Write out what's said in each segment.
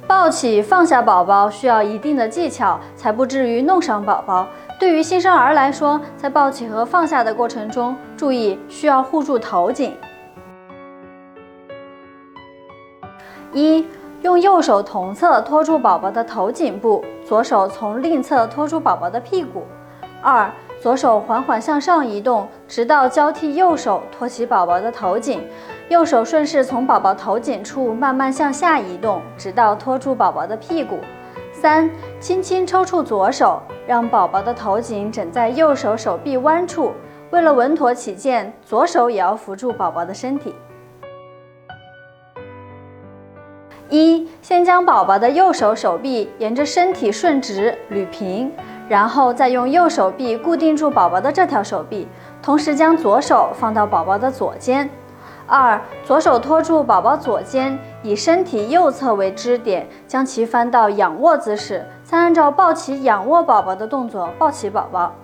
抱起放下宝宝需要一定的技巧，才不至于弄伤宝宝。对于新生儿来说，在抱起和放下的过程中，注意需要护住头颈。1. 用右手同侧托住宝宝的头颈部，左手从另侧托住宝宝的屁股。2. 左手缓缓向上移动，直到交替右手托起宝宝的头颈，右手顺势从宝宝头颈处慢慢向下移动，直到托住宝宝的屁股。3. 轻轻抽出左手，让宝宝的头颈枕在右手手臂弯处，为了稳妥起见，左手也要扶住宝宝的身体。1. 先将宝宝的右手手臂沿着身体顺直捋平，然后再用右手臂固定住宝宝的这条手臂，同时将左手放到宝宝的左肩。2. 左手托住宝宝左肩，以身体右侧为支点，将其翻到仰卧姿势，再按照抱起仰卧宝宝的动作抱起宝宝。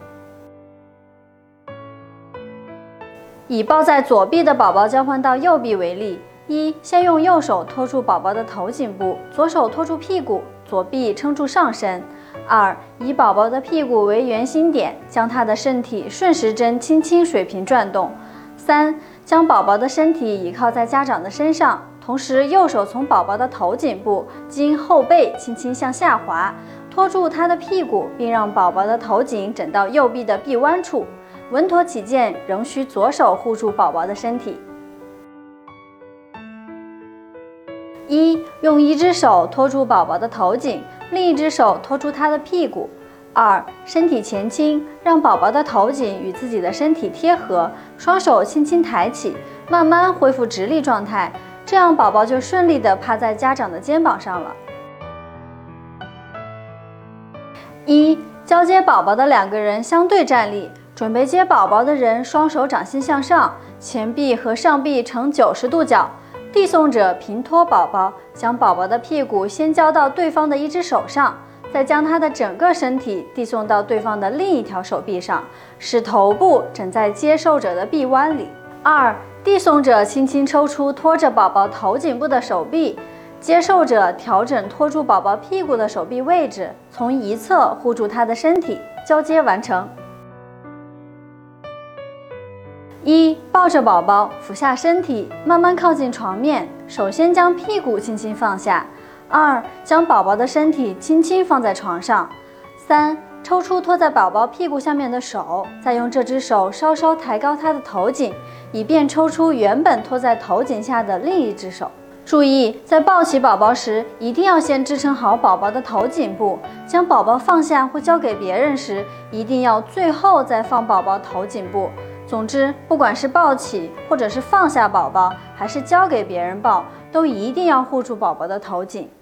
以抱在左臂的宝宝交换到右臂为例，1. 先用右手托住宝宝的头颈部，左手托住屁股，左臂撑住上身。2. 以宝宝的屁股为圆心点，将他的身体顺时针轻轻水平转动。3. 将宝宝的身体倚靠在家长的身上，同时右手从宝宝的头颈部经后背轻轻向下滑，托住他的屁股，并让宝宝的头颈枕到右臂的臂弯处。稳妥起见，仍需左手护住宝宝的身体。1. 用一只手托住宝宝的头颈，另一只手托住他的屁股。2. 身体前倾，让宝宝的头颈与自己的身体贴合，双手轻轻抬起，慢慢恢复直立状态，这样宝宝就顺利地趴在家长的肩膀上了。1. 交接宝宝的两个人相对站立，准备接宝宝的人双手掌心向上，前臂和上臂呈90度角，递送者平托宝宝，将宝宝的屁股先交到对方的一只手上，再将他的整个身体递送到对方的另一条手臂上，使头部枕在接受者的臂弯里。2. 递送者轻轻抽出托着宝宝头颈部的手臂，接受者调整托住宝宝屁股的手臂位置，从一侧护住他的身体，交接完成。1. 抱着宝宝，俯下身体，慢慢靠近床面，首先将屁股轻轻放下。2. 将宝宝的身体轻轻放在床上。3. 抽出托在宝宝屁股下面的手，再用这只手稍稍抬高他的头颈，以便抽出原本托在头颈下的另一只手。注意，在抱起宝宝时，一定要先支撑好宝宝的头颈部，将宝宝放下或交给别人时，一定要最后再放宝宝头颈部。总之，不管是抱起或者是放下宝宝，还是交给别人抱，都一定要护住宝宝的头颈。